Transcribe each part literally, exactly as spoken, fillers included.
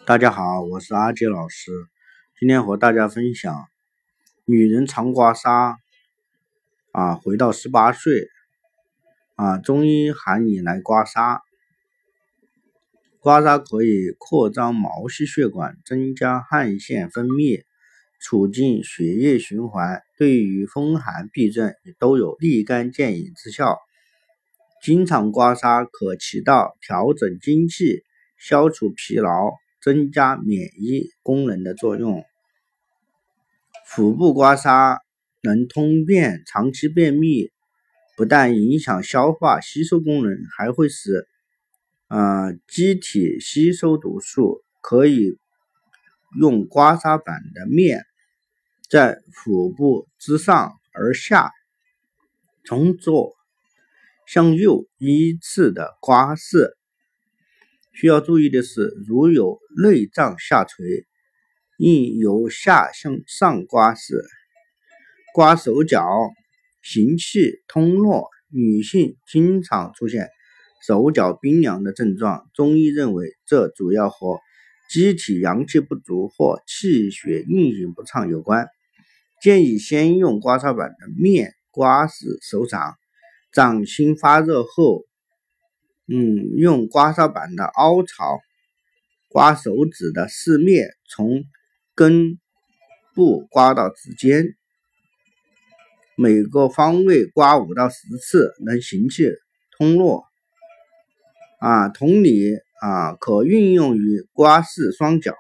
大家好，我是阿杰老师，今天和大家分享，女人常刮痧啊，回到十八岁啊，中医喊你来刮痧。刮痧可以扩张毛细血管，增加汗腺分泌，促进血液循环，对于风寒痹症都有立竿见影之效。经常刮痧可起到调整精气、消除疲劳、增加免疫功能的作用。腹部刮痧能通便，长期便秘不但影响消化吸收功能，还会使呃机体吸收毒素。可以用刮痧板的面在腹部之上而下，从左向右依次的刮拭。需要注意的是，如有内脏下垂，应由下向上刮拭。刮手脚，行气通络，女性经常出现手脚冰凉的症状，中医认为这主要和机体阳气不足或气血运行不畅有关。建议先用刮痧板的面刮拭手掌，掌心发热后嗯，用刮痧板的凹槽刮手指的四面，从根部刮到指尖，每个方位刮五到十次，能行气通络。啊，同理啊，可运用于刮拭双脚。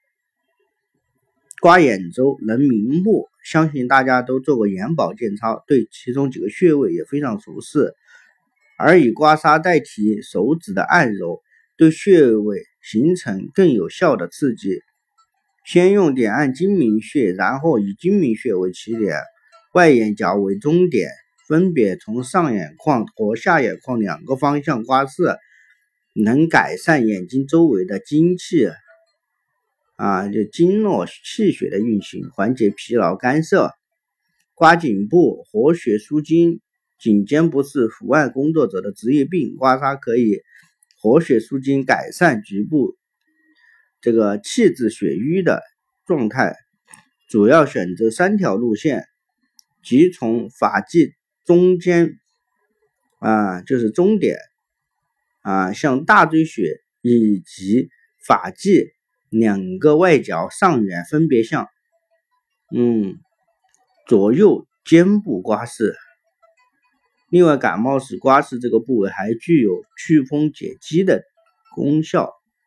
刮眼周能明目，相信大家都做过眼保健操，对其中几个穴位也非常熟悉。而以刮痧代替手指的按揉，对穴位形成更有效的刺激。先用点按睛明穴，然后以睛明穴为起点，外眼角为中点，分别从上眼眶和下眼眶两个方向刮拭，能改善眼睛周围的精气啊，就经络气血的运行，缓解疲劳干涩。刮颈部活血舒筋，颈肩不适伏案工作者的职业病，刮痧可以活血舒筋，改善局部这个气滞血瘀的状态。主要选择三条路线，即从发际中间啊，就是中点啊，向大椎穴以及发际两个外角上缘分别向嗯左右肩部刮拭。另外，感冒时刮拭这个部位还具有祛风解肌的功效。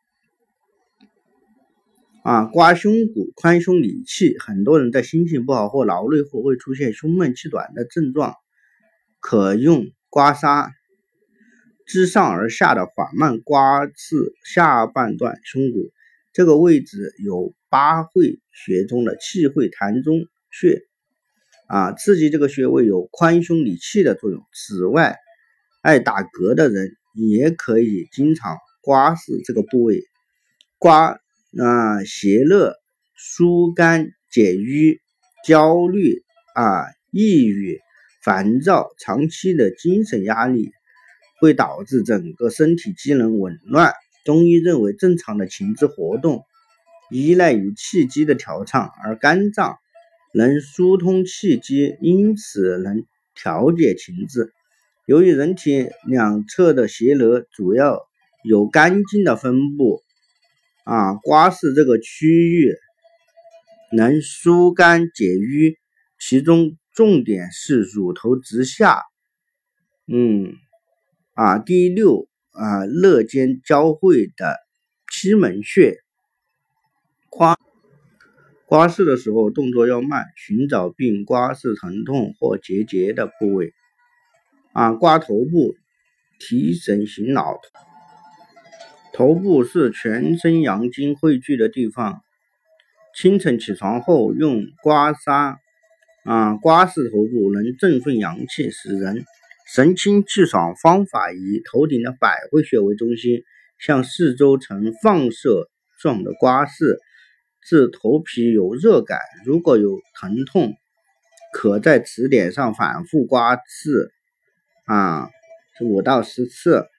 啊，刮胸骨，宽胸理气。很多人在心情不好或劳累后会出现胸闷气短的症状，可用刮痧自上而下的缓慢刮拭下半段胸骨，这个位置有八会穴中的气会膻中穴。啊，刺激这个穴位有宽胸理气的作用。此外，爱打嗝的人也可以经常刮拭这个部位，刮啊胁热、疏肝解郁、焦虑啊、抑郁、烦躁，长期的精神压力会导致整个身体机能紊乱。中医认为，正常的情志活动依赖于气机的调畅，而肝脏能疏通气机，因此能调节情志。由于人体两侧的胁肋主要有肝经的分布啊，刮拭这个区域能疏肝解郁，其中重点是乳头直下嗯啊第六啊肋间交汇的期门穴。刮刮拭的时候动作要慢，寻找并刮拭疼痛或结节的部位。啊，刮头部，提神醒脑。头部是全身阳精汇聚的地方。清晨起床后用刮痧啊刮拭头部，能振奋阳气，使人神清气爽。方法以头顶的百会穴为中心，向四周呈放射状的刮拭，致头皮有热感。如果有疼痛，可在此点上反复刮拭啊五到十次。